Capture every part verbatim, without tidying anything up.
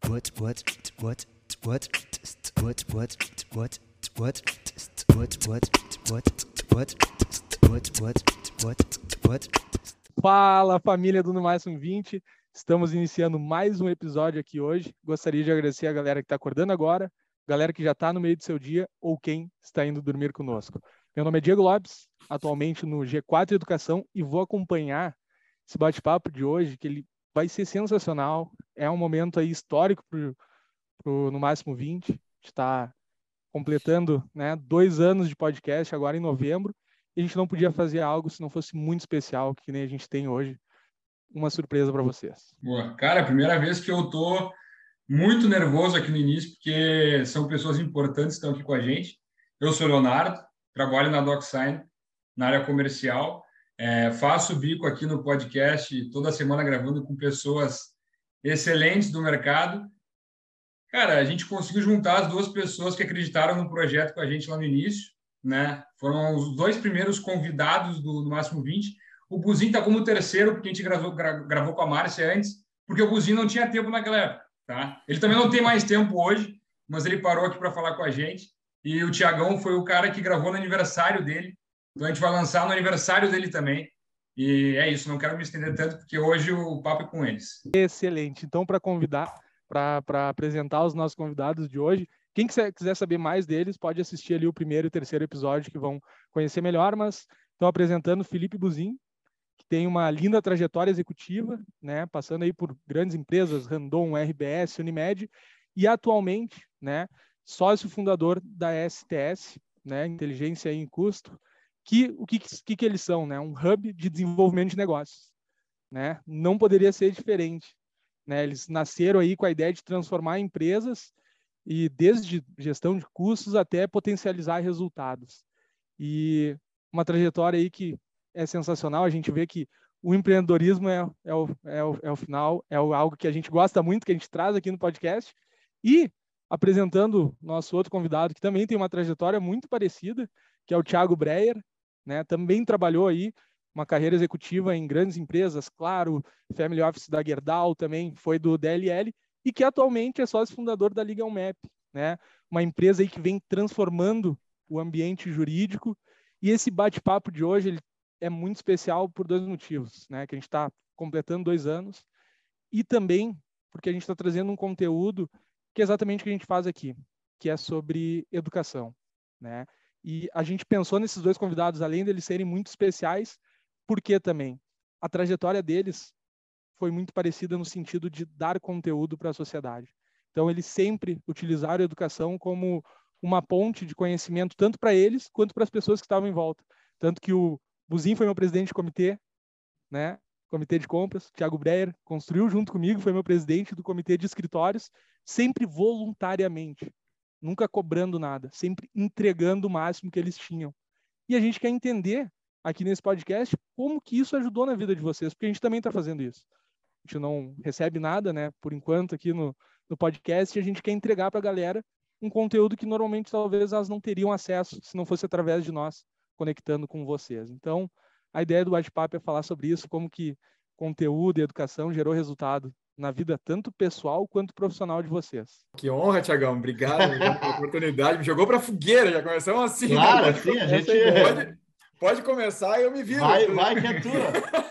what what what what what what what what what what what what what what. Fala, família do No Máximo vinte, estamos iniciando mais um episódio aqui hoje. Gostaria de agradecer a galera que está acordando agora, galera que já está no meio do seu dia ou quem está indo dormir conosco. Meu nome é Diego Lopes, atualmente no G quatro Educação, e vou acompanhar esse bate-papo de hoje, que ele vai ser sensacional. É um momento aí histórico para o No Máximo vinte. A gente está completando, né, dois anos de podcast agora em novembro, e a gente não podia fazer algo se não fosse muito especial, que nem a gente tem hoje. Uma surpresa para vocês. Boa. Cara, primeira vez que eu tô muito nervoso aqui no início, porque são pessoas importantes que estão aqui com a gente. Eu sou o Leonardo, trabalho na DocSign, na área comercial. É, faço bico aqui no podcast toda semana, gravando com pessoas excelentes do mercado. Cara, a gente conseguiu juntar as duas pessoas que acreditaram no projeto com a gente lá no início, né? Foram os dois primeiros convidados do No Máximo vinte. O Buzinho está como terceiro, porque a gente gravou, gra, gravou com a Márcia antes, porque o Buzinho não tinha tempo naquela época, tá? Ele também não tem mais tempo hoje, mas ele parou aqui para falar com a gente. E o Tiagão foi o cara que gravou no aniversário dele. Então a gente vai lançar no aniversário dele também. E é isso, não quero me estender tanto, porque hoje o papo é com eles. Excelente. Então, para convidar, para apresentar os nossos convidados de hoje, quem quiser, quiser saber mais deles, pode assistir ali o primeiro e o terceiro episódio, que vão conhecer melhor, mas estão apresentando Felipe Buzin, que tem uma linda trajetória executiva, né, passando aí por grandes empresas, Randon, R B S, Unimed, e atualmente, né, sócio fundador da S T S, né, Inteligência em Custo, que o que, que, que eles são, né, um hub de desenvolvimento de negócios, né, não poderia ser diferente, né, eles nasceram aí com a ideia de transformar empresas e desde gestão de custos até potencializar resultados, e uma trajetória aí que é sensacional. A gente vê que o empreendedorismo é, é, o, é, o, é o final, é o, algo que a gente gosta muito, que a gente traz aqui no podcast. E apresentando nosso outro convidado, que também tem uma trajetória muito parecida, que é o Thiago Breyer, né? Também trabalhou aí uma carreira executiva em grandes empresas, claro, Family Office da Gerdau, também foi do D L L, e que atualmente é sócio fundador da Legal Map, né? Uma empresa aí que vem transformando o ambiente jurídico. E esse bate-papo de hoje, ele é muito especial por dois motivos, né? Que a gente está completando dois anos e também porque a gente está trazendo um conteúdo que é exatamente o que a gente faz aqui, que é sobre educação, né? E a gente pensou nesses dois convidados, além deles serem muito especiais, porque também a trajetória deles foi muito parecida no sentido de dar conteúdo para a sociedade. Então, eles sempre utilizaram a educação como uma ponte de conhecimento, tanto para eles quanto para as pessoas que estavam em volta. Tanto que o Buzinho foi meu presidente de comitê, né? Comitê de compras. Thiago Breyer construiu junto comigo, foi meu presidente do comitê de escritórios, sempre voluntariamente, nunca cobrando nada, sempre entregando o máximo que eles tinham. E a gente quer entender aqui nesse podcast como que isso ajudou na vida de vocês, porque a gente também está fazendo isso. A gente não recebe nada, né, por enquanto aqui no, no podcast, e a gente quer entregar para a galera um conteúdo que normalmente talvez elas não teriam acesso se não fosse através de nós, conectando com vocês. Então, a ideia do bate-papo é falar sobre isso, como que conteúdo e educação gerou resultado na vida tanto pessoal quanto profissional de vocês. Que honra, Thiagão. Obrigado pela oportunidade. Me jogou para a fogueira, já começamos assim. Claro, né? assim, a gente... Pode, pode começar e eu me viro. Vai, vai que é tua.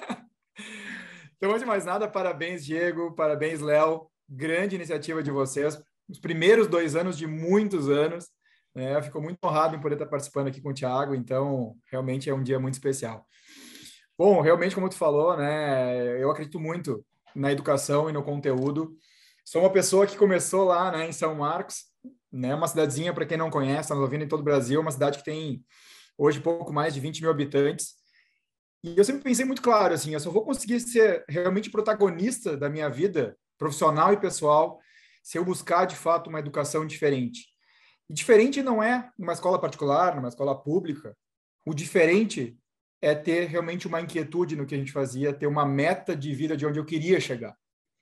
Então, antes de mais nada, parabéns, Diego, parabéns, Léo. Grande iniciativa de vocês. Os primeiros dois anos de muitos anos. É, eu fico muito honrado em poder estar participando aqui com o Thiago, então realmente é um dia muito especial. Bom, realmente, como tu falou, né, eu acredito muito na educação e no conteúdo. Sou uma pessoa que começou lá, né, em São Marcos, né, uma cidadezinha, para quem não conhece, está nos ouvindo em todo o Brasil, uma cidade que tem hoje pouco mais de vinte mil habitantes. E eu sempre pensei muito claro, assim, eu só vou conseguir ser realmente protagonista da minha vida profissional e pessoal se eu buscar, de fato, uma educação diferente. E diferente não é numa escola particular, numa escola pública. O diferente é ter realmente uma inquietude no que a gente fazia, ter uma meta de vida de onde eu queria chegar.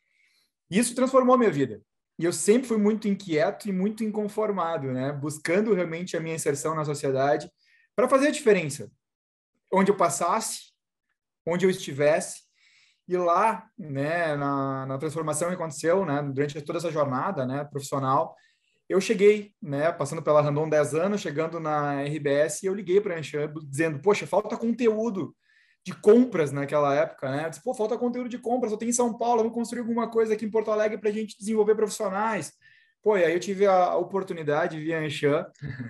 Isso transformou a minha vida. E eu sempre fui muito inquieto e muito inconformado, né? Buscando realmente a minha inserção na sociedade para fazer a diferença. Onde eu passasse, onde eu estivesse. E lá, né, na, na transformação que aconteceu, né, durante toda essa jornada, né, profissional, eu cheguei, né, passando pela Randon dez anos, chegando na R B S, e eu liguei para a Anshan dizendo, poxa, falta conteúdo de compras naquela época, né? Eu disse, pô, falta conteúdo de compras, só tem em São Paulo, vamos construir alguma coisa aqui em Porto Alegre para a gente desenvolver profissionais. Pô, e aí eu tive a oportunidade, via Anshan,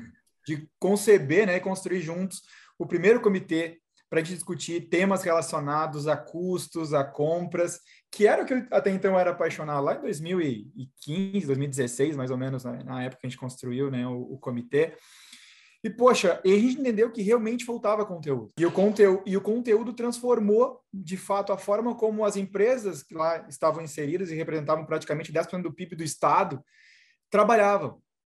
de conceber, né, e construir juntos o primeiro comitê para a gente discutir temas relacionados a custos, a compras, que era o que eu até então era apaixonado lá em dois mil e quinze, dois mil e dezesseis, mais ou menos, né, na época que a gente construiu, né, o, o comitê. E, poxa, e a gente entendeu que realmente faltava conteúdo. E o conteúdo, e o conteúdo transformou, de fato, a forma como as empresas que lá estavam inseridas e representavam praticamente dez por cento do P I B do Estado trabalhavam.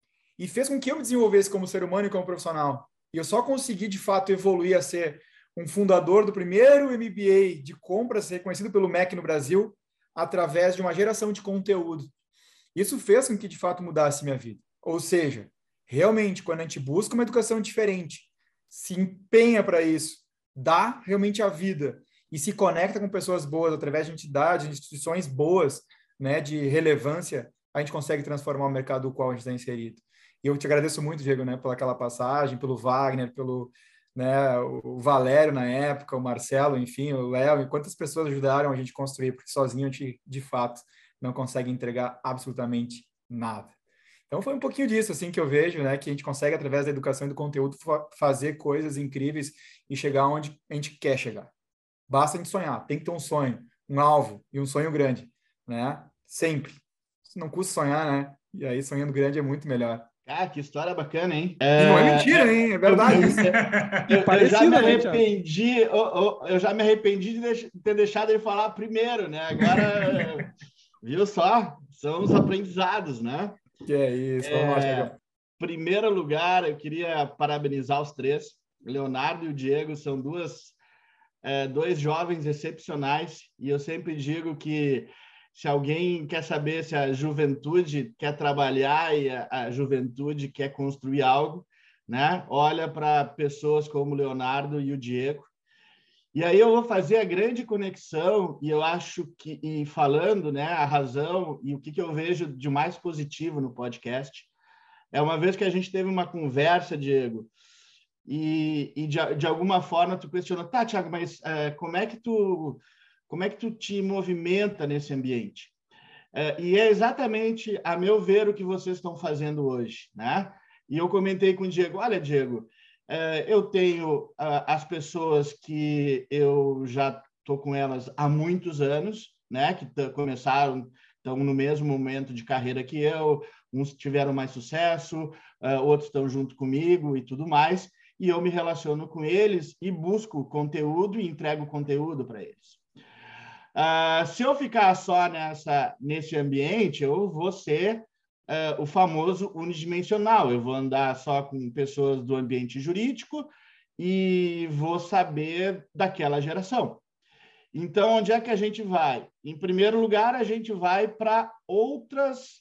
E fez com que eu me desenvolvesse como ser humano e como profissional. E eu só consegui, de fato, evoluir a ser um fundador do primeiro M B A de compras reconhecido pelo M E C no Brasil através de uma geração de conteúdo. Isso fez com que, de fato, mudasse minha vida. Ou seja, realmente, quando a gente busca uma educação diferente, se empenha para isso, dá realmente a vida e se conecta com pessoas boas através de entidades, de instituições boas, né, de relevância, a gente consegue transformar o mercado no qual a gente está inserido. E eu te agradeço muito, Diego, né, pelaquela passagem, pelo Wagner, pelo, né, o Valério na época, o Marcelo, enfim, o Léo, e quantas pessoas ajudaram a gente a construir, porque sozinho a gente, de fato, não consegue entregar absolutamente nada. Então foi um pouquinho disso assim que eu vejo, né, que a gente consegue através da educação e do conteúdo fa- fazer coisas incríveis e chegar onde a gente quer chegar. Basta a gente sonhar, tem que ter um sonho, um alvo e um sonho grande, né? Sempre. Não custa sonhar, né? E aí sonhando grande é muito melhor. Ah, que história bacana, hein? E não é É, mentira, hein? É verdade eu- isso. Eu, eu Parecido, já me né, Thiago? arrependi, eu, eu- eu já me arrependi de deix- ter deixado ele falar primeiro, né? Agora, viu só? São os aprendizados, né? Que é isso, vamos lá, Thiago. Primeiro lugar, eu queria parabenizar os três. O Leonardo e o Diego são duas, é, dois jovens excepcionais, e eu sempre digo que se alguém quer saber se a juventude quer trabalhar e a, a juventude quer construir algo, né? Olha para pessoas como o Leonardo e o Diego. E aí eu vou fazer a grande conexão, e eu acho que, e falando, né, a razão e o que, que eu vejo de mais positivo no podcast, é uma vez que a gente teve uma conversa, Diego, e, e de, de alguma forma tu questionou, tá, Thiago, mas é, como é que tu, como é que tu te movimenta nesse ambiente? É, e é exatamente, a meu ver, o que vocês estão fazendo hoje, né? E eu comentei com o Diego, olha, Diego, é, eu tenho a, as pessoas que eu já estou com elas há muitos anos, né? Que t- começaram, estão no mesmo momento de carreira que eu, uns tiveram mais sucesso, uh, outros estão junto comigo e tudo mais, e eu me relaciono com eles e busco conteúdo e entrego conteúdo para eles. Uh, se eu ficar só nessa, nesse ambiente, eu vou ser uh, o famoso unidimensional. Eu vou andar só com pessoas do ambiente jurídico e vou saber daquela geração. Então, onde é que a gente vai? Em primeiro lugar, a gente vai para outras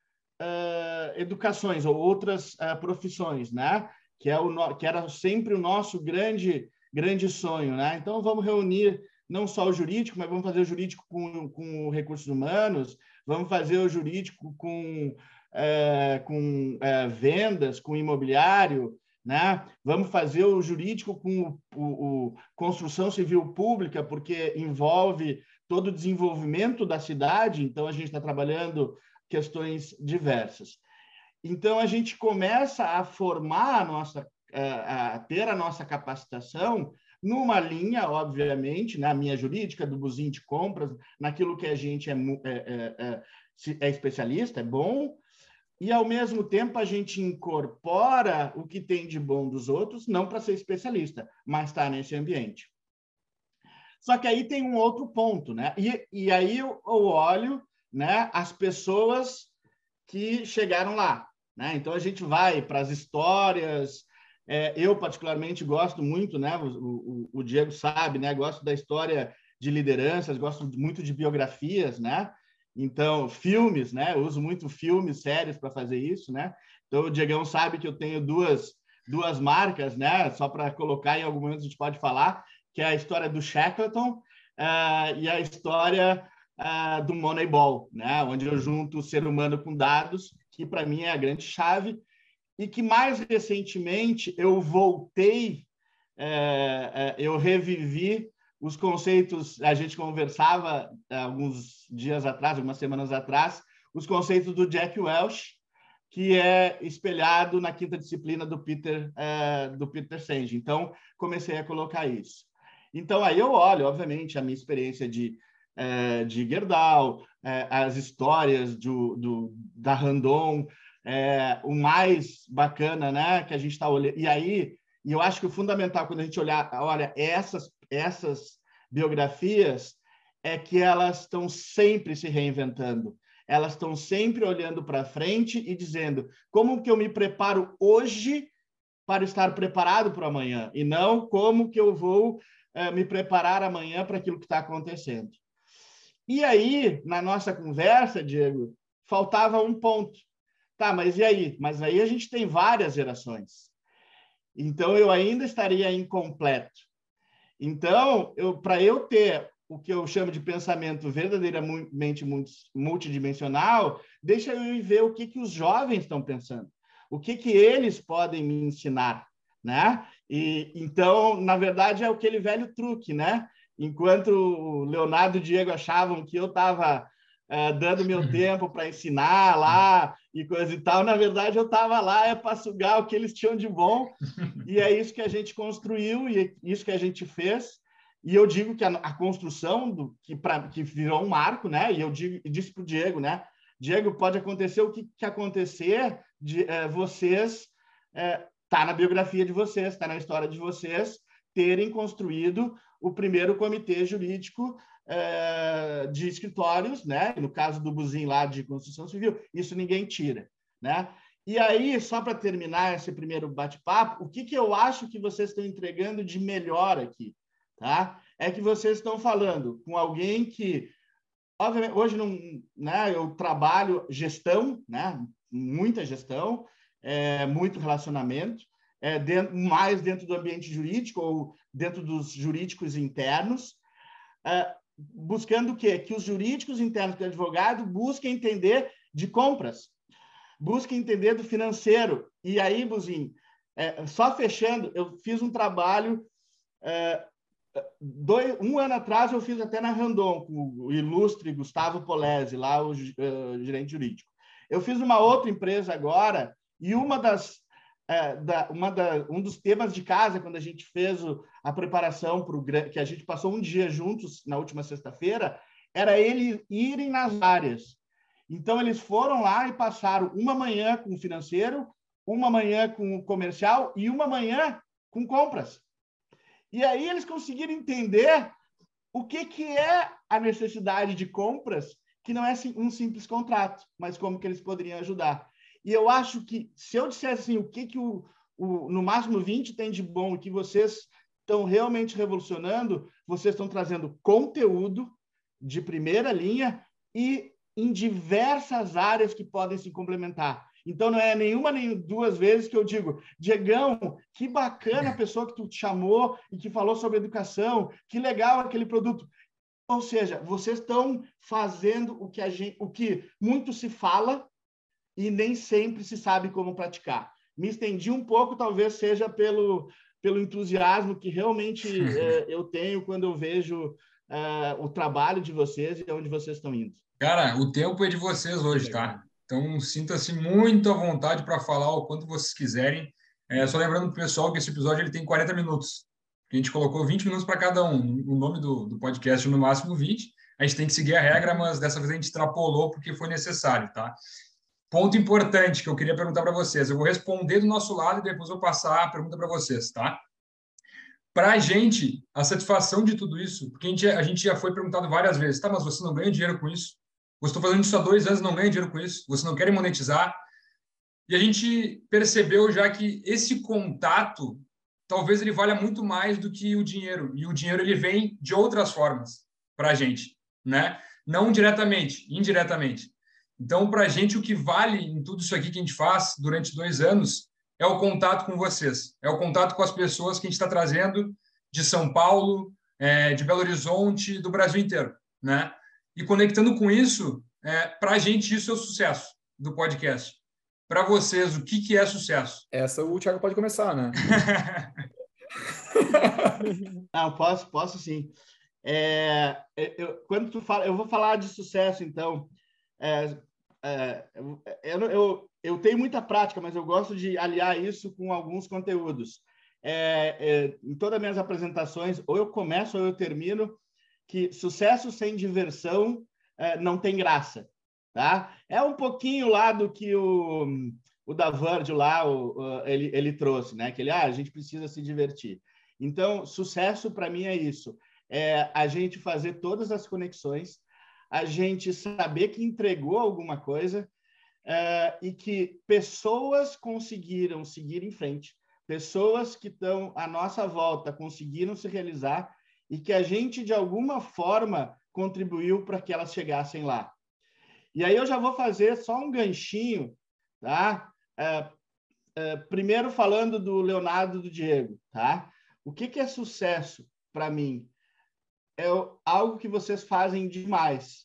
uh, educações ou outras uh, profissões, né? Que, é o no... que era sempre o nosso grande, grande sonho, né? Então, vamos reunir não só o jurídico, mas vamos fazer o jurídico com, com recursos humanos, vamos fazer o jurídico com, é, com é, vendas, com imobiliário, né? Vamos fazer o jurídico com o, o, o construção civil pública, porque envolve todo o desenvolvimento da cidade, então a gente está trabalhando questões diversas. Então, a gente começa a formar a nossa, a ter a nossa capacitação numa linha, obviamente, na minha jurídica, do buzinho de compras, naquilo que a gente é, é, é, é especialista, é bom, e, ao mesmo tempo, a gente incorpora o que tem de bom dos outros, não para ser especialista, mas está nesse ambiente. Só que aí tem um outro ponto, né? E, e aí eu, eu olho, né, as pessoas que chegaram lá, né? Então, a gente vai para as histórias. É, eu, particularmente, gosto muito, né? O, o, o Diego sabe, né? Gosto da história de lideranças, gosto muito de biografias, né? Então, filmes, né? Eu uso muito filmes, séries para fazer isso, né? Então, o Diegão sabe que eu tenho duas, duas marcas, né? Só para colocar, em algum momento a gente pode falar, que é a história do Shackleton, uh, e a história uh, do Moneyball, né? Onde eu junto o ser humano com dados, que para mim é a grande chave, e que mais recentemente eu voltei, uh, uh, eu revivi os conceitos, a gente conversava alguns dias atrás, algumas semanas atrás, os conceitos do Jack Welch, que é espelhado na quinta disciplina do Peter, uh, do Peter Senge. Então, comecei a colocar isso. Então, aí eu olho, obviamente, a minha experiência de, uh, de Gerdau, uh, as histórias do, do, da Randon, uh, o mais bacana, né, que a gente está olhando. E aí, e eu acho que o fundamental, quando a gente olhar, olha, essas, essas biografias, é que elas estão sempre se reinventando. Elas estão sempre olhando para frente e dizendo como que eu me preparo hoje para estar preparado para amanhã, e não como que eu vou uh, me preparar amanhã para aquilo que está acontecendo. E aí, na nossa conversa, Diego, faltava um ponto. Tá, mas e aí? Mas aí a gente tem várias gerações. Então, eu ainda estaria incompleto. Então, eu, para eu ter o que eu chamo de pensamento verdadeiramente multidimensional, deixa eu ir ver o que, que os jovens estão pensando, o que, que eles podem me ensinar, né? E, então, na verdade, é aquele velho truque, né? Enquanto o Leonardo e o Diego achavam que eu estava uh, dando meu tempo para ensinar lá e coisa e tal, na verdade, eu estava lá é para sugar o que eles tinham de bom, e é isso que a gente construiu e é isso que a gente fez. E eu digo que a, a construção do que, pra, que virou um marco, né? E eu digo, disse para o Diego, né? Diego, pode acontecer o que, que acontecer de eh, vocês eh, tá na biografia de vocês, está na história de vocês terem construído o primeiro comitê jurídico eh, de escritórios, né? No caso do Buzin lá de construção civil, isso ninguém tira, né? E aí, só para terminar esse primeiro bate-papo, o que, que eu acho que vocês estão entregando de melhor aqui? Tá? É que vocês estão falando com alguém que, obviamente, hoje não, né, eu trabalho gestão, né, muita gestão, é, muito relacionamento, é, dentro, mais dentro do ambiente jurídico ou dentro dos jurídicos internos, é, buscando o quê? Que os jurídicos internos do advogado busquem entender de compras, busquem entender do financeiro. E aí, Buzin, é, só fechando, eu fiz um trabalho... É, Dois, um ano atrás eu fiz até na Randon, com o ilustre Gustavo Polese, lá o uh, gerente jurídico. Eu fiz uma outra empresa agora, e uma das, uh, da, uma da, um dos temas de casa, quando a gente fez o, a preparação para o que a gente passou um dia juntos na última sexta-feira, era eles irem nas áreas. Então, eles foram lá e passaram uma manhã com o financeiro, uma manhã com o comercial e uma manhã com compras. E aí eles conseguiram entender o que, que é a necessidade de compras, que não é um simples contrato, mas como que eles poderiam ajudar. E eu acho que, se eu dissesse assim, o que, que o, o, no máximo vinte tem de bom e que vocês estão realmente revolucionando, vocês estão trazendo conteúdo de primeira linha e em diversas áreas que podem se complementar. Então, não é nenhuma nem duas vezes que eu digo, Diegão, que bacana a pessoa que tu te chamou e que falou sobre educação, que legal aquele produto. Ou seja, vocês estão fazendo o que, a gente, o que muito se fala e nem sempre se sabe como praticar. Me estendi um pouco, talvez seja pelo, pelo entusiasmo que realmente é, eu tenho quando eu vejo é, o trabalho de vocês e onde vocês estão indo. Cara, o tempo é de vocês hoje, tá? Então, sinta-se muito à vontade para falar o quanto vocês quiserem. É, só lembrando para o pessoal que esse episódio ele tem quarenta minutos. A gente colocou vinte minutos para cada um. O nome do, do podcast é no máximo vinte. A gente tem que seguir a regra, mas dessa vez a gente extrapolou porque foi necessário, tá? Ponto importante que eu queria perguntar para vocês. Eu vou responder do nosso lado e depois vou passar a pergunta para vocês, tá? Para a gente, a satisfação de tudo isso, porque a gente, a gente já foi perguntado várias vezes, tá, mas você não ganha dinheiro com isso? Você está fazendo isso há dois anos e não ganha dinheiro com isso? Você não quer monetizar? E a gente percebeu já que esse contato, talvez ele valha muito mais do que o dinheiro. E o dinheiro ele vem de outras formas para a gente, né? Não diretamente, indiretamente. Então, para a gente, o que vale em tudo isso aqui que a gente faz durante dois anos é o contato com vocês. É o contato com as pessoas que a gente está trazendo de São Paulo, é, de Belo Horizonte, do Brasil inteiro, né? E conectando com isso, é, para a gente isso é o sucesso do podcast. Para vocês, o que, que é sucesso? Essa o Thiago pode começar, né? Não, posso, posso sim. É, eu, quando tu fala, eu vou falar de sucesso, então. É, é, eu, eu, eu tenho muita prática, mas eu gosto de aliar isso com alguns conteúdos. É, é, em todas as minhas apresentações, ou eu começo ou eu termino, que sucesso sem diversão é, não tem graça. Tá? É um pouquinho lá do que o, o da Virgil lá, o, o, ele, ele trouxe, né? Que ele, ah, a gente precisa se divertir. Então, sucesso para mim é isso. É a gente fazer todas as conexões, a gente saber que entregou alguma coisa é, e que pessoas conseguiram seguir em frente, pessoas que estão à nossa volta conseguiram se realizar e que a gente, de alguma forma, contribuiu para que elas chegassem lá. E aí eu já vou fazer só um ganchinho, tá? É, é, primeiro falando do Leonardo e do Diego, tá? O que, que é sucesso para mim? É algo que vocês fazem demais.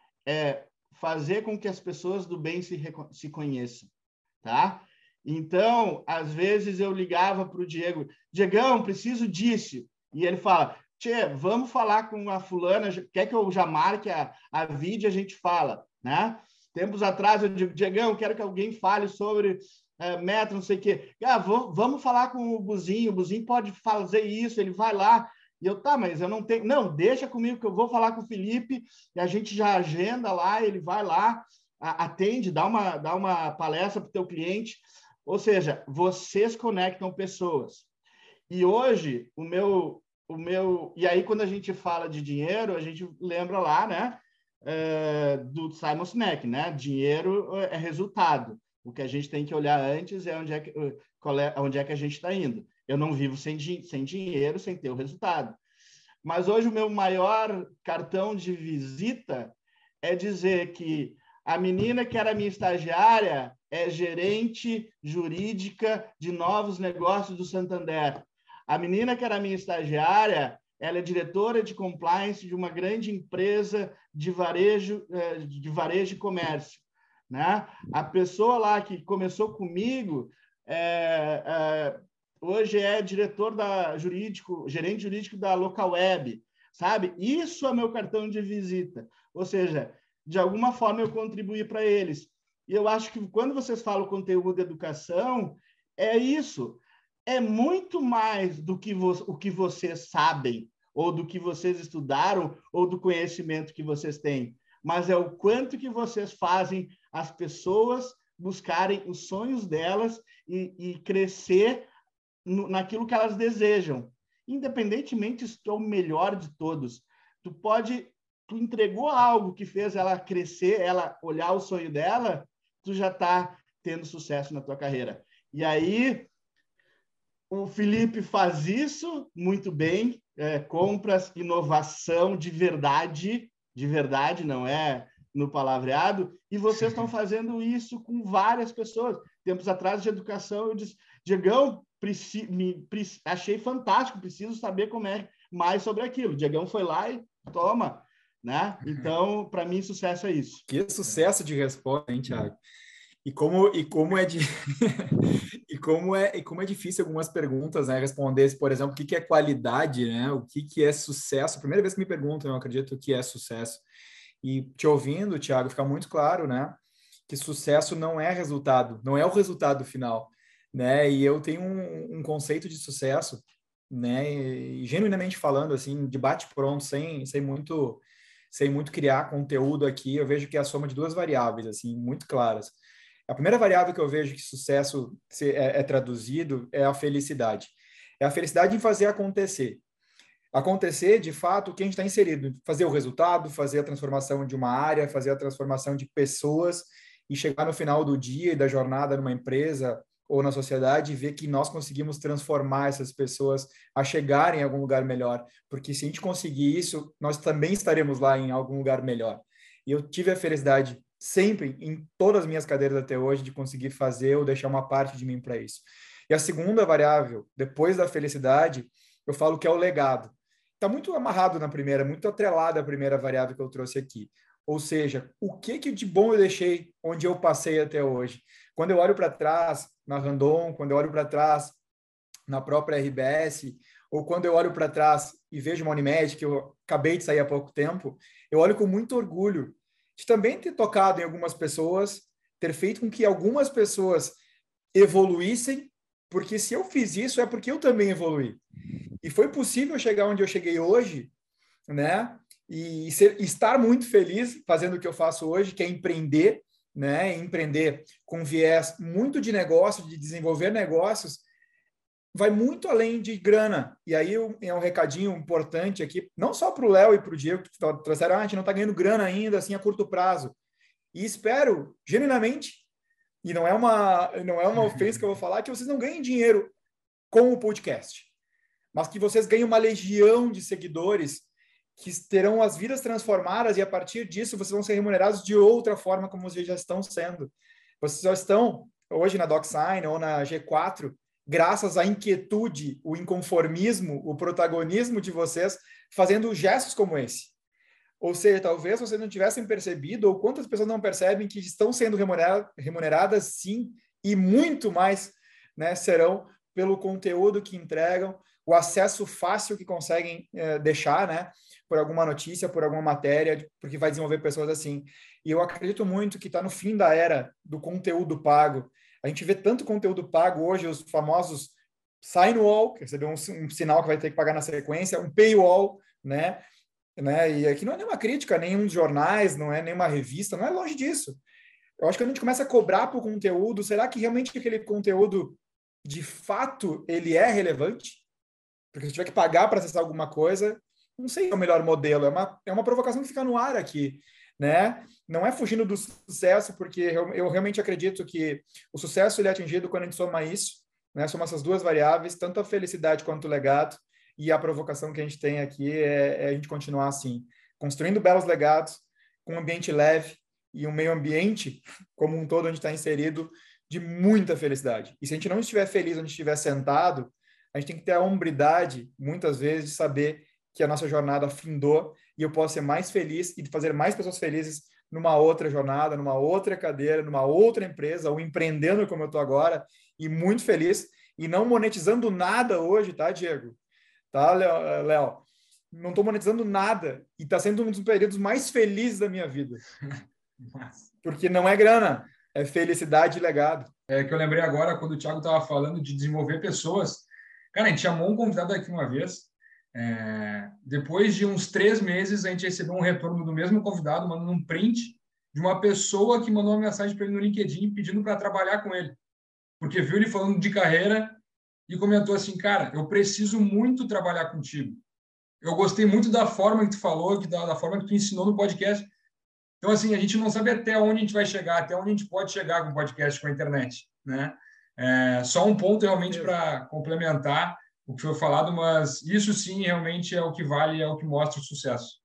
É fazer com que as pessoas do bem se, se conheçam, tá? Então, às vezes eu ligava para o Diego, Diegão, preciso disso. E ele fala, tchê, vamos falar com a fulana, quer que eu já marque a, a vídeo e a gente fala, né? Tempos atrás eu digo, Diegão, quero que alguém fale sobre é, meta, não sei o quê. Ah, vou, vamos falar com o Buzinho, o Buzinho pode fazer isso, ele vai lá. E eu, tá, mas eu não tenho... Não, deixa comigo que eu vou falar com o Felipe e a gente já agenda lá, ele vai lá, atende, dá uma, dá uma palestra para o teu cliente. Ou seja, vocês conectam pessoas. E hoje, o meu, o meu... E aí, quando a gente fala de dinheiro, a gente lembra lá, né, é, do Simon Sinek, né? Dinheiro é resultado. O que a gente tem que olhar antes é onde é que, qual é, onde é que a gente está indo. Eu não vivo sem, sem dinheiro, sem ter o resultado. Mas hoje o meu maior cartão de visita é dizer que a menina que era minha estagiária é gerente jurídica de novos negócios do Santander. A menina que era minha estagiária, ela é diretora de compliance de uma grande empresa de varejo, de varejo e comércio, né? A pessoa lá que começou comigo é, é, hoje é diretor da jurídico, gerente jurídico da Local Web, sabe? Isso é meu cartão de visita. Ou seja, de alguma forma eu contribuí para eles. E eu acho que quando vocês falam conteúdo e educação, é isso. É muito mais do que vo- o que vocês sabem, ou do que vocês estudaram, ou do conhecimento que vocês têm. Mas é o quanto que vocês fazem as pessoas buscarem os sonhos delas e, e crescer no, naquilo que elas desejam. Independentemente se tu é o melhor de todos, tu pode, tu entregou algo que fez ela crescer, ela olhar o sonho dela, tu já está tendo sucesso na tua carreira. E aí, o Felipe faz isso muito bem, é, compras, inovação de verdade, de verdade, não é no palavreado, e vocês estão fazendo isso com várias pessoas. Tempos atrás, de educação, eu disse, Diegão, preci, me, preci, achei fantástico, preciso saber como é mais sobre aquilo. Diegão foi lá e toma, né? Então, para mim, sucesso é isso. Que sucesso de resposta, hein, Thiago? E como, e como é de... e como é e como é difícil algumas perguntas, né, responder, por exemplo, o que que é qualidade, né? O que que é sucesso? Primeira vez que me perguntam, eu acredito que é sucesso. E te ouvindo, Thiago, fica muito claro, né, que sucesso não é resultado, não é o resultado final, né? E eu tenho um, um conceito de sucesso, né, e, genuinamente falando, assim, de bate-pronto, sem, sem muito sem muito criar conteúdo aqui, eu vejo que é a soma de duas variáveis, assim, muito claras. A primeira variável que eu vejo que sucesso é, é traduzido é a felicidade. É a felicidade em fazer acontecer. Acontecer, de fato, o que a gente está inserido. Fazer o resultado, fazer a transformação de uma área, fazer a transformação de pessoas e chegar no final do dia e da jornada numa empresa ou na sociedade e ver que nós conseguimos transformar essas pessoas a chegarem em algum lugar melhor. Porque se a gente conseguir isso, nós também estaremos lá em algum lugar melhor. E eu tive a felicidade sempre, em todas as minhas cadeiras até hoje, de conseguir fazer ou deixar uma parte de mim para isso. E a segunda variável, depois da felicidade, eu falo que é o legado. está muito amarrado na primeira, muito atrelado à primeira variável que eu trouxe aqui. Ou seja, o que, que de bom eu deixei onde eu passei até hoje? Quando eu olho para trás na Randon, quando eu olho para trás na própria R B S, ou quando eu olho para trás e vejo uma Unimed, que eu acabei de sair há pouco tempo, eu olho com muito orgulho de também ter tocado em algumas pessoas, ter feito com que algumas pessoas evoluíssem, porque se eu fiz isso é porque eu também evoluí. E foi possível chegar onde eu cheguei hoje, né? E ser, estar muito feliz fazendo o que eu faço hoje, que é empreender, né? Empreender com viés muito de negócio, de desenvolver negócios, vai muito além de grana. E aí é um recadinho importante aqui, não só para o Léo e para o Diego, que trouxeram, ah, a gente não está ganhando grana ainda, assim, a curto prazo. E espero, genuinamente, e não é uma, não é uma ofensa que eu vou falar, que vocês não ganhem dinheiro com o podcast, mas que vocês ganhem uma legião de seguidores que terão as vidas transformadas e a partir disso vocês vão ser remunerados de outra forma como vocês já estão sendo. Vocês já estão hoje na DocSign ou na G quatro, graças à inquietude, o inconformismo, o protagonismo de vocês fazendo gestos como esse. Ou seja, talvez vocês não tivessem percebido, ou quantas pessoas não percebem que estão sendo remuneradas, remuneradas sim, e muito mais, né, serão pelo conteúdo que entregam, o acesso fácil que conseguem eh, deixar, né, por alguma notícia, por alguma matéria, porque vai desenvolver pessoas assim. E eu acredito muito que está no fim da era do conteúdo pago. A gente vê tanto conteúdo pago hoje, os famosos sign-wall, que você vê um, um sinal que vai ter que pagar na sequência, um paywall, né? né? E aqui não é nenhuma crítica, nenhum jornais, não é nenhuma revista, não é longe disso. Eu acho que quando a gente começa a cobrar por conteúdo, será que realmente aquele conteúdo, de fato, ele é relevante? Porque se tiver que pagar para acessar alguma coisa, não sei se é o melhor modelo, é uma, é uma provocação que fica no ar aqui, né? Não é fugindo do sucesso, porque eu, eu realmente acredito que o sucesso ele é atingido quando a gente soma isso, né? Soma essas duas variáveis, tanto a felicidade quanto o legado, e a provocação que a gente tem aqui é, é a gente continuar assim, construindo belos legados, com um ambiente leve e um meio ambiente como um todo onde está inserido de muita felicidade. E se a gente não estiver feliz onde estiver sentado, a gente tem que ter a hombridade, muitas vezes, de saber que a nossa jornada findou e eu posso ser mais feliz e fazer mais pessoas felizes numa outra jornada, numa outra cadeira, numa outra empresa, ou empreendendo como eu estou agora, e muito feliz, e não monetizando nada hoje, tá, Diego? Tá, Léo? Não estou monetizando nada, e está sendo um dos períodos mais felizes da minha vida. Porque não é grana, é felicidade e legado. É que eu lembrei agora, quando o Thiago estava falando de desenvolver pessoas. Cara, a gente chamou um convidado aqui uma vez. É, depois de uns três meses, a gente recebeu um retorno do mesmo convidado, mandando um print de uma pessoa que mandou uma mensagem para ele no LinkedIn pedindo para trabalhar com ele. Porque viu ele falando de carreira e comentou assim, cara, eu preciso muito trabalhar contigo. Eu gostei muito da forma que tu falou, que da, da forma que tu ensinou no podcast. Então, assim, a gente não sabe até onde a gente vai chegar, até onde a gente pode chegar com o podcast, com a internet, né? É, só um ponto realmente para complementar o que foi falado, mas isso sim realmente é o que vale, é o que mostra o sucesso.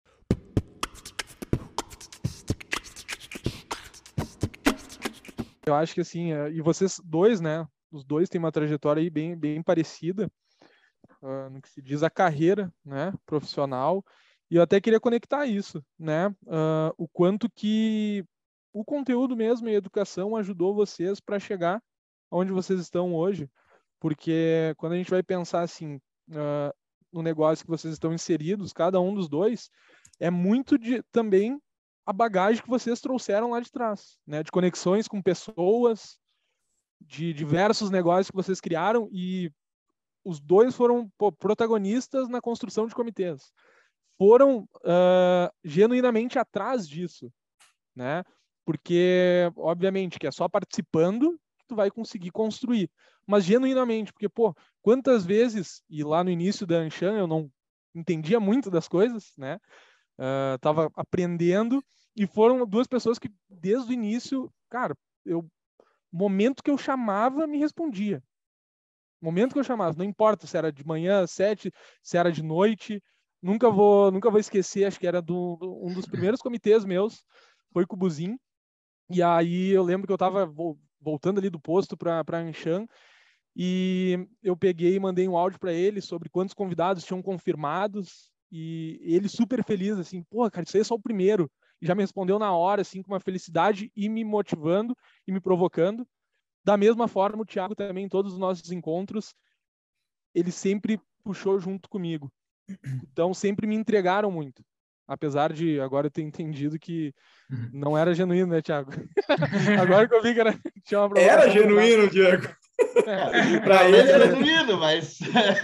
Eu acho que assim, e vocês dois, né? Os dois têm uma trajetória aí bem, bem parecida uh, no que se diz a carreira, né? Profissional. E eu até queria conectar isso, né? Uh, o quanto que o conteúdo mesmo e a educação ajudou vocês para chegar onde vocês estão hoje. Porque quando a gente vai pensar assim, uh, no negócio que vocês estão inseridos, cada um dos dois, é muito de também a bagagem que vocês trouxeram lá de trás, né? De conexões com pessoas, de diversos negócios que vocês criaram, e os dois foram pô, protagonistas na construção de comitês. Foram uh, genuinamente atrás disso, né? Porque, obviamente, que é só participando que tu vai conseguir construir. Mas genuinamente, porque, pô, quantas vezes, e lá no início da Anshan eu não entendia muito das coisas, né? Uh, tava aprendendo, e foram duas pessoas que, desde o início, cara, eu, momento que eu chamava, me respondia. Momento que eu chamava, não importa se era de manhã, sete, se era de noite, nunca vou, nunca vou esquecer, acho que era do, do, um dos primeiros comitês meus, foi com o Buzin, e aí eu lembro que eu tava voltando ali do posto para para Anshan, e eu peguei e mandei um áudio para ele sobre quantos convidados tinham confirmados, e ele super feliz, assim, pô, cara, isso aí é só o primeiro. E já me respondeu na hora, assim, com uma felicidade e me motivando e me provocando. Da mesma forma, o Thiago também, em todos os nossos encontros, ele sempre puxou junto comigo. Então, sempre me entregaram muito. Apesar de agora eu ter entendido que não era genuíno, né, Thiago? Agora que eu vi que era, tinha uma provocação. Era genuíno, Diego. É. Para ele era genuíno, mas...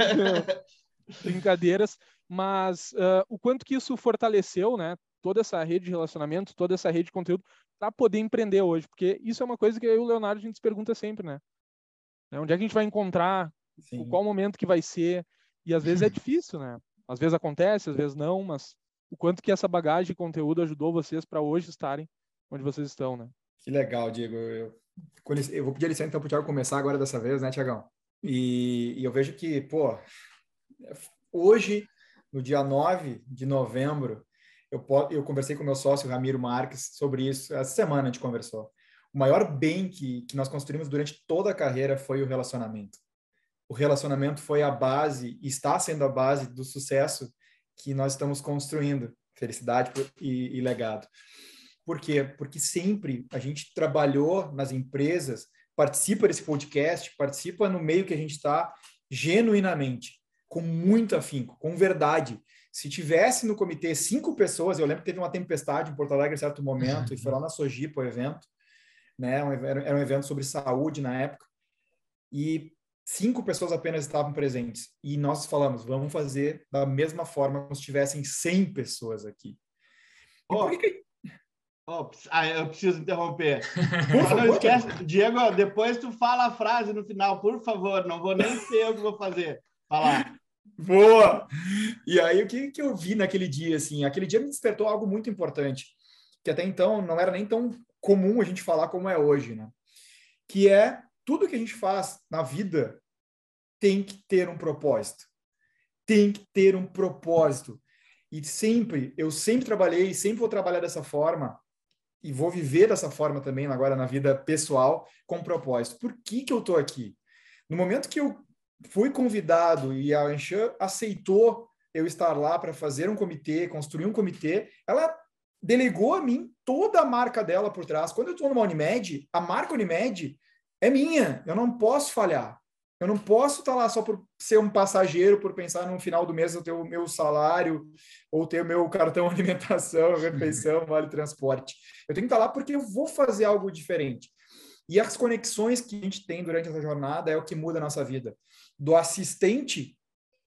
Brincadeiras. Mas uh, o quanto que isso fortaleceu, né? Toda essa rede de relacionamento, toda essa rede de conteúdo para poder empreender hoje. Porque isso é uma coisa que eu e o Leonardo a gente se pergunta sempre, né? Onde é que a gente vai encontrar? Sim. Qual momento que vai ser? E às vezes é difícil, né? Às vezes acontece, às vezes não, mas o quanto que essa bagagem de conteúdo ajudou vocês para hoje estarem onde vocês estão, né? Que legal, Diego. Eu, eu vou pedir licença então para o Thiago começar agora dessa vez, né, Thiagão? E, e eu vejo que, pô, hoje, no dia nove de novembro, eu, eu conversei com o meu sócio, Ramiro Marques, sobre isso. Essa semana a gente conversou. O maior bem que, que nós construímos durante toda a carreira foi o relacionamento. O relacionamento foi a base, está sendo a base do sucesso que nós estamos construindo, felicidade e, e legado. Por quê? Porque sempre a gente trabalhou nas empresas, participa desse podcast, participa no meio que a gente está genuinamente, com muito afinco, com verdade. Se tivesse no comitê cinco pessoas, eu lembro que teve uma tempestade em Porto Alegre em certo momento, e foi lá na Sojipa o evento, né? Era um evento sobre saúde na época, e cinco pessoas apenas estavam presentes. E nós falamos, vamos fazer da mesma forma como se tivessem cem pessoas aqui. E oh, por que... oh, ah, eu preciso interromper. Por não esquece, Diego, depois tu fala a frase no final, por favor, não vou nem ser eu que vou fazer. Falar. Boa! E aí, o que, que eu vi naquele dia? Assim, aquele dia me despertou algo muito importante, que até então não era nem tão comum a gente falar como é hoje, né? Que é tudo que a gente faz na vida tem que ter um propósito. Tem que ter um propósito. E sempre, eu sempre trabalhei, sempre vou trabalhar dessa forma, e vou viver dessa forma também agora na vida pessoal, com propósito. Por que que eu estou aqui? No momento que eu fui convidado e a Anshan aceitou eu estar lá para fazer um comitê, construir um comitê, ela delegou a mim toda a marca dela por trás. Quando eu estou numa Unimed, a marca Unimed é minha, eu não posso falhar. Eu não posso estar lá só por ser um passageiro, por pensar no final do mês eu ter o meu salário, ou ter o meu cartão alimentação, refeição, vale transporte. Eu tenho que estar lá porque eu vou fazer algo diferente. E as conexões que a gente tem durante essa jornada é o que muda a nossa vida. Do assistente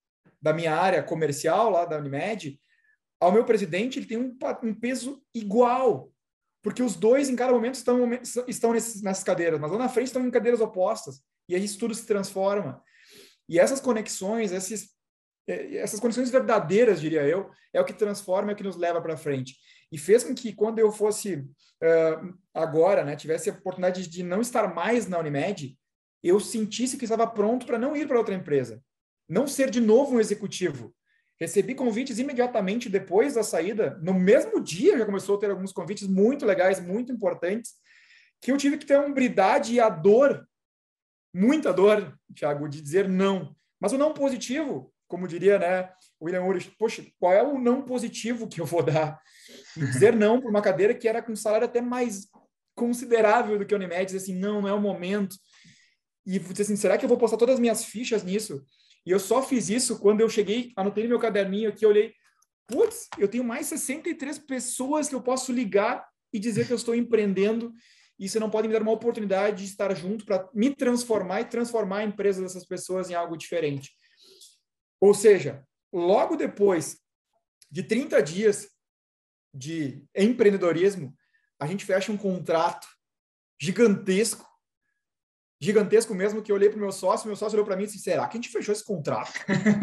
da minha área comercial, lá da Unimed, ao meu presidente, ele tem um, um peso igual. Porque os dois, em cada momento, estão, estão nesses, nessas cadeiras, mas lá na frente estão em cadeiras opostas. E aí isso tudo se transforma. E essas conexões, esses, essas conexões verdadeiras, diria eu, é o que transforma, é o que nos leva para frente. E fez com que, quando eu fosse uh, agora, né, tivesse a oportunidade de não estar mais na Unimed, eu sentisse que estava pronto para não ir para outra empresa. Não ser de novo um executivo. Recebi convites imediatamente depois da saída. No mesmo dia já começou a ter alguns convites muito legais, muito importantes, que eu tive que ter a hombridade e a dor, muita dor, Thiago, de dizer não. Mas o não positivo, como diria, né, o William Urich, poxa, qual é o não positivo que eu vou dar? E dizer não para uma cadeira que era com um salário até mais considerável do que a Unimed, dizer assim, não, não é o momento. E dizer assim, será que eu vou postar todas as minhas fichas nisso? E eu só fiz isso quando eu cheguei, anotei no meu caderninho aqui, olhei, putz, eu tenho mais sessenta e três pessoas que eu posso ligar e dizer que eu estou empreendendo, e você não pode me dar uma oportunidade de estar junto para me transformar e transformar a empresa dessas pessoas em algo diferente. Ou seja, logo depois de trinta dias de empreendedorismo, a gente fecha um contrato gigantesco, gigantesco mesmo, que eu olhei para o meu sócio, meu sócio olhou para mim e disse, será que a gente fechou esse contrato?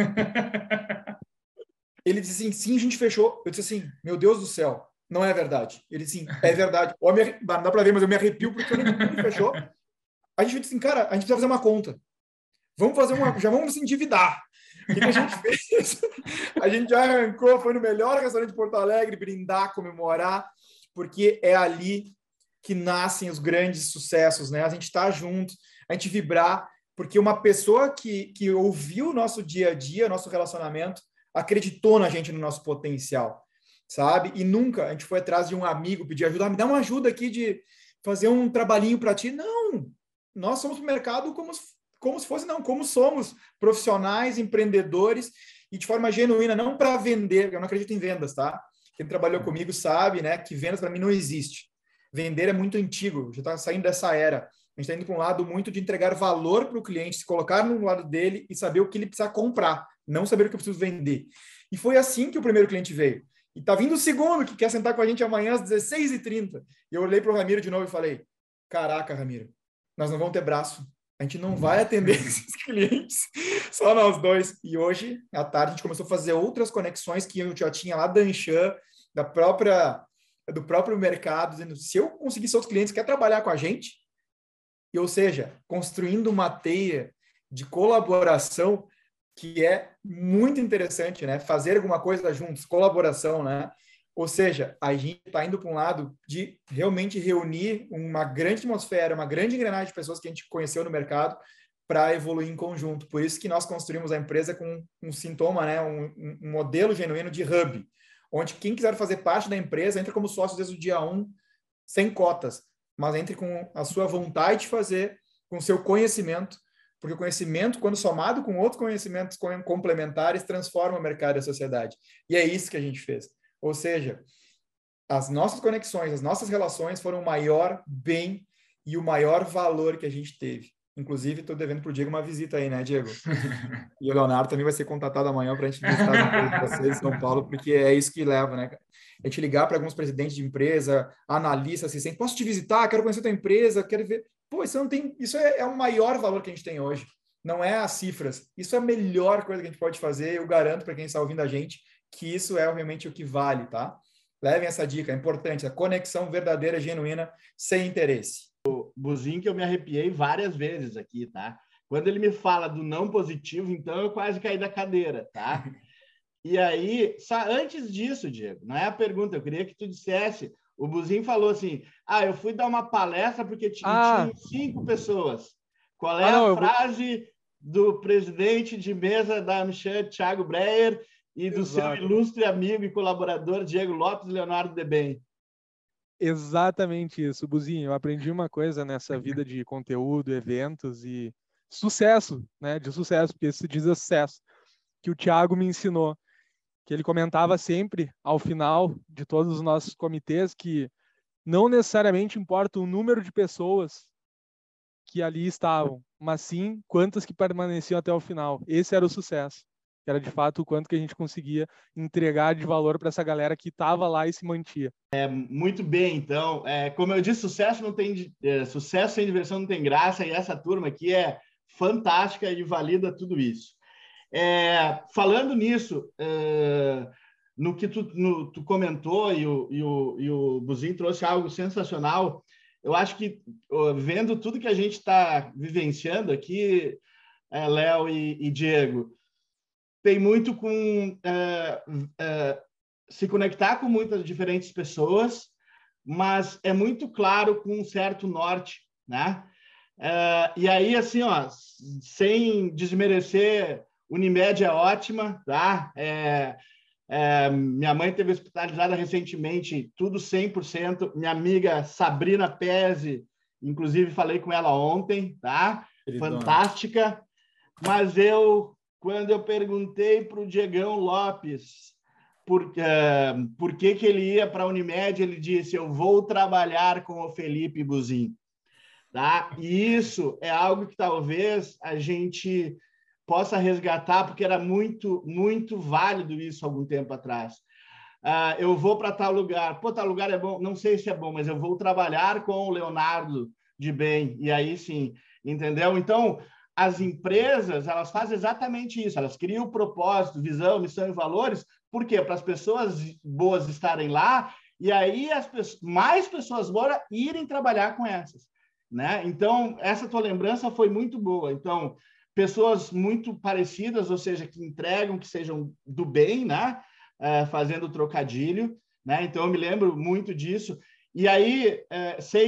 Ele disse assim, sim, a gente fechou. Eu disse assim, meu Deus do céu, não é verdade. Ele disse, sim, é verdade. Ó, me, não dá para ver, mas eu me arrepio porque eu nem me fechou. A gente disse assim, cara, a gente precisa fazer uma conta. Vamos fazer uma, já vamos se endividar. O que, que a gente fez? A gente já arrancou, foi no melhor restaurante de Porto Alegre, brindar, comemorar, porque é ali que nascem os grandes sucessos, né? A gente tá junto, a gente vibrar, porque uma pessoa que, que ouviu o nosso dia a dia, nosso relacionamento, acreditou na gente, no nosso potencial, sabe? E nunca a gente foi atrás de um amigo pedir ajuda, me dá uma ajuda aqui de fazer um trabalhinho para ti. Não, nós somos o mercado como, como se fosse, não, como somos profissionais, empreendedores e de forma genuína, não para vender, eu não acredito em vendas, tá? Quem trabalhou comigo sabe, né, que vendas para mim não existe. Vender é muito antigo, já está saindo dessa era. A gente está indo para um lado muito de entregar valor para o cliente, se colocar no lado dele e saber o que ele precisa comprar, não saber o que eu preciso vender. E foi assim que o primeiro cliente veio. E tá vindo o segundo, que quer sentar com a gente amanhã às dezesseis e trinta. E eu olhei para o Ramiro de novo e falei, caraca, Ramiro, nós não vamos ter braço. A gente não vai atender esses clientes, só nós dois. E hoje, à tarde, a gente começou a fazer outras conexões que eu já tinha lá da Anshan, da própria, do próprio mercado, dizendo, se eu conseguisse outros clientes que querem trabalhar com a gente, e, ou seja, construindo uma teia de colaboração que é muito interessante, né? Fazer alguma coisa juntos, colaboração, né? Ou seja, a gente está indo para um lado de realmente reunir uma grande atmosfera, uma grande engrenagem de pessoas que a gente conheceu no mercado para evoluir em conjunto. Por isso que nós construímos a empresa com um sintoma, né? um, um modelo genuíno de hub, onde quem quiser fazer parte da empresa entra como sócio desde o dia um, sem cotas, mas entre com a sua vontade de fazer, com o seu conhecimento, porque o conhecimento, quando somado com outros conhecimentos complementares, transforma o mercado e a sociedade. E é isso que a gente fez. Ou seja, as nossas conexões, as nossas relações foram o maior bem e o maior valor que a gente teve. Inclusive, estou devendo para o Diego uma visita aí, né, Diego? E o Leonardo também vai ser contatado amanhã para a gente visitar a empresa de vocês em São Paulo, porque é isso que leva, né? A gente ligar para alguns presidentes de empresa, analistas, assim, posso te visitar? Quero conhecer tua empresa, quero ver. Pô, isso não tem, isso é, é o maior valor que a gente tem hoje. Não é as cifras. Isso é a melhor coisa que a gente pode fazer. Eu garanto para quem está ouvindo a gente que isso é realmente o que vale, tá? Levem essa dica, é importante, a conexão verdadeira, genuína, sem interesse. O Buzinho, que eu me arrepiei várias vezes aqui, tá? Quando ele me fala do não positivo, então eu quase caí da cadeira, tá? E aí, antes disso, Diego, não é a pergunta, eu queria que tu dissesse, o Buzinho falou assim, ah, eu fui dar uma palestra porque tinha Ah. cinco pessoas. Qual é Ah, não, a frase vou... do presidente de mesa da Anshan, Thiago Breyer, e do Exato. Seu ilustre amigo e colaborador, Diego Lopes Leonardo Debem? Exatamente isso, Buzinho. Eu aprendi uma coisa nessa vida de conteúdo, eventos e sucesso, né? De sucesso, porque se diz sucesso, que o Thiago me ensinou, que ele comentava sempre, ao final de todos os nossos comitês, que não necessariamente importa o número de pessoas que ali estavam, mas sim quantas que permaneciam até o final. Esse era o sucesso. Era de fato o quanto que a gente conseguia entregar de valor para essa galera que estava lá e se mantia. É, muito bem, então, é, como eu disse, sucesso não tem é, sucesso sem diversão não tem graça, e essa turma aqui é fantástica e valida tudo isso. É, falando nisso, é, no que tu, no, tu comentou e o, e, o, e o Buzinho trouxe algo sensacional, eu acho que vendo tudo que a gente está vivenciando aqui, é, Léo e, e Diego, tem muito com é, é, se conectar com muitas diferentes pessoas, mas é muito claro com um certo norte, né? É, e aí, assim, ó, sem desmerecer, Unimed é ótima, tá? É, é, minha mãe teve hospitalizada recentemente, tudo cem por cento. Minha amiga Sabrina Pezzi, inclusive falei com ela ontem, tá? Queridona. Fantástica. Mas eu... Quando eu perguntei para o Diegão Lopes por, uh, por que, que ele ia para a Unimed, ele disse, eu vou trabalhar com o Felipe Buzinho. Tá? E isso é algo que talvez a gente possa resgatar, porque era muito, muito válido isso algum tempo atrás. Uh, eu vou para tal lugar. Pô, tal lugar é bom? Não sei se é bom, mas eu vou trabalhar com o Leonardo de bem. E aí sim, entendeu? Então... As empresas, elas fazem exatamente isso, elas criam propósito, visão, missão e valores, por quê? Para as pessoas boas estarem lá e aí as pessoas, mais pessoas boas irem trabalhar com essas, né? Então, essa tua lembrança foi muito boa. Então, pessoas muito parecidas, ou seja, que entregam, que sejam do bem, né? É, fazendo trocadilho, né? Então, eu me lembro muito disso. E aí, é, sei que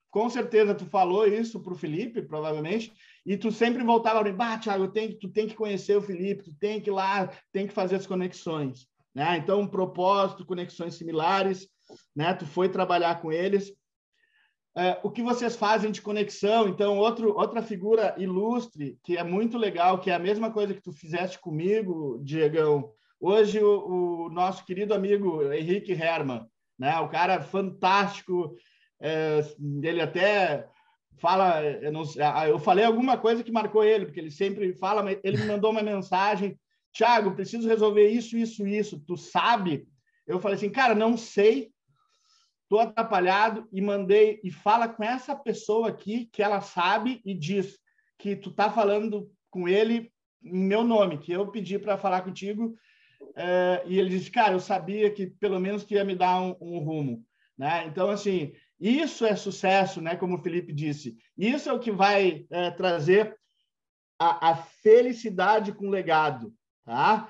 com certeza tu falou isso para o Felipe, provavelmente, e tu sempre voltava para mim, bah, Thiago, tem, tu tem que conhecer o Felipe, tu tem que ir lá, tem que fazer as conexões, né? Então, um propósito, conexões similares, né? Tu foi trabalhar com eles. É, o que vocês fazem de conexão? Então, outro, outra figura ilustre, que é muito legal, que é a mesma coisa que tu fizeste comigo, Diegão. Hoje, o, o nosso querido amigo Henrique Hermann, né? O cara fantástico, é, ele até fala, eu, não, eu falei alguma coisa que marcou ele, porque ele sempre fala, ele me mandou uma mensagem, Thiago, preciso resolver isso, isso, isso, tu sabe? Eu falei assim, cara, não sei, estou atrapalhado, e mandei, e fala com essa pessoa aqui, que ela sabe, e diz que tu tá falando com ele em meu nome, que eu pedi para falar contigo, é, e ele disse, cara, eu sabia que pelo menos tu ia me dar um, um rumo, né? Então, assim, isso é sucesso, né? Como o Felipe disse, isso é o que vai é, trazer a, a felicidade com legado, tá?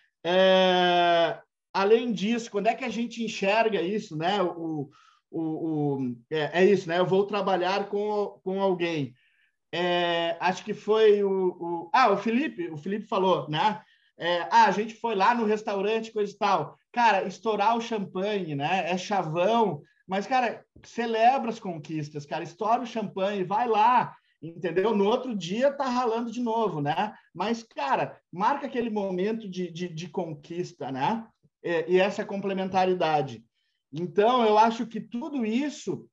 É, além disso, quando é que a gente enxerga isso, né? O, o, o, é, é isso, né? Eu vou trabalhar com, com alguém. É, acho que foi o, o... Ah, o Felipe, o Felipe falou, né? É, ah, a gente foi lá no restaurante, coisa e tal. Cara, estourar o champanhe, né? É chavão. Mas, cara, celebra as conquistas, cara. Estoura o champanhe, vai lá, entendeu? No outro dia tá ralando de novo, né? Mas, cara, marca aquele momento de, de, de conquista, né? E, e essa complementaridade. Então, eu acho que tudo isso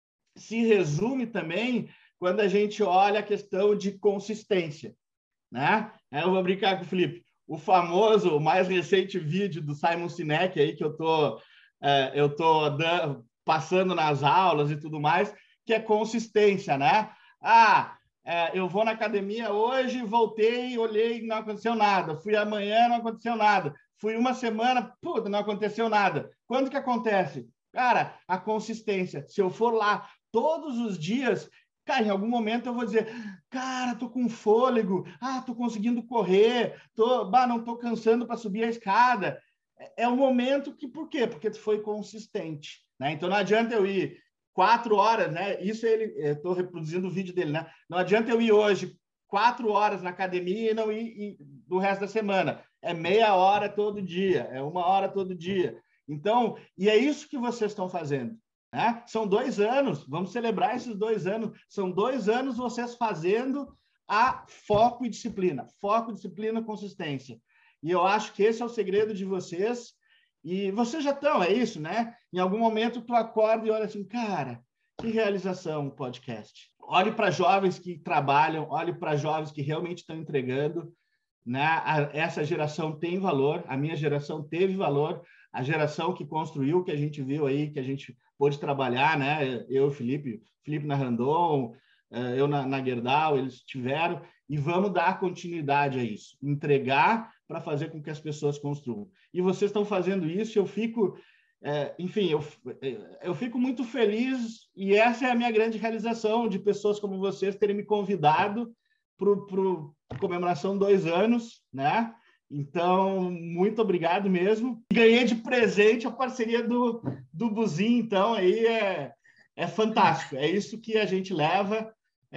se resume também quando a gente olha a questão de consistência, né? Eu vou brincar com o Felipe. O famoso, o mais recente vídeo do Simon Sinek aí que eu tô, é, eu tô dando, passando nas aulas e tudo mais, que é consistência, né? Ah, é, eu vou na academia hoje, voltei, olhei, não aconteceu nada. Fui amanhã, não aconteceu nada. Fui uma semana, puta, não aconteceu nada. Quando que acontece? Cara, a consistência. Se eu for lá todos os dias, cara, em algum momento eu vou dizer, cara, tô com fôlego, ah, tô conseguindo correr, tô, bah, não tô cansando para subir a escada. É um momento que, por quê? Porque tu foi consistente, né? Então não adianta eu ir quatro horas, né? Isso ele, eu tô reproduzindo o vídeo dele, né? Não adianta eu ir hoje quatro horas na academia e não ir, ir do resto da semana. É meia hora todo dia, é uma hora todo dia. Então, e é isso que vocês estão fazendo. Né? São dois anos, vamos celebrar esses dois anos. São dois anos vocês fazendo a foco e disciplina. Foco, disciplina, consistência. E eu acho que esse é o segredo de vocês. E vocês já estão, é isso, né? Em algum momento tu acorda e olha assim, cara, que realização o podcast. Olhe para jovens que trabalham, olhe para jovens que realmente estão entregando. Né? A, essa geração tem valor, a minha geração teve valor, a geração que construiu, que a gente viu aí, que a gente pôde trabalhar, né? Eu, o Felipe, Felipe na Randon, eu na, na Gerdau, eles tiveram, e vamos dar continuidade a isso, entregar para fazer com que as pessoas construam. E vocês estão fazendo isso, eu fico, é, enfim, eu, eu fico muito feliz, e essa é a minha grande realização, de pessoas como vocês terem me convidado para a comemoração dois anos, né? Então, muito obrigado mesmo. Ganhei de presente a parceria do, do Buzinho, então, aí é, é fantástico. É isso que a gente leva,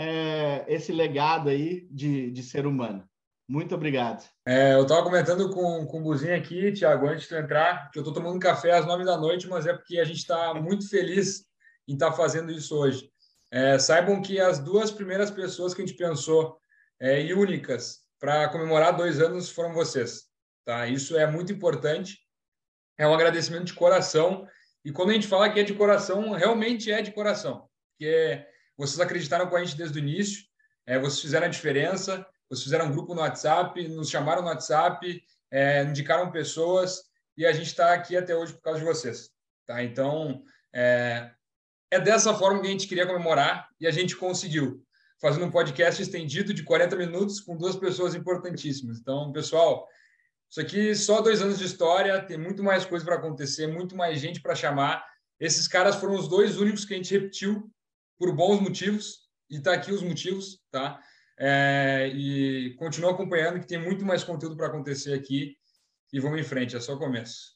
é, esse legado aí de, de ser humano. Muito obrigado. É, eu estava comentando com, com o Buzinho aqui, Thiago, antes de tu entrar, que eu estou tomando café às nove da noite, mas é porque a gente está muito feliz em estar tá fazendo isso hoje. É, saibam que as duas primeiras pessoas que a gente pensou é, e únicas para comemorar dois anos foram vocês. Tá? Isso é muito importante. É um agradecimento de coração. E quando a gente fala que é de coração, realmente é de coração. Porque vocês acreditaram com a gente desde o início, é, vocês fizeram a diferença, vocês fizeram um grupo no WhatsApp, nos chamaram no WhatsApp, é, indicaram pessoas, e a gente está aqui até hoje por causa de vocês. Tá? Então, é, é dessa forma que a gente queria comemorar e a gente conseguiu, fazendo um podcast estendido de quarenta minutos com duas pessoas importantíssimas. Então, pessoal, isso aqui só dois anos de história, tem muito mais coisa para acontecer, muito mais gente para chamar. Esses caras foram os dois únicos que a gente repetiu por bons motivos, e está aqui os motivos, tá? É, e continua acompanhando, que tem muito mais conteúdo para acontecer aqui, e vamos em frente, é só o começo.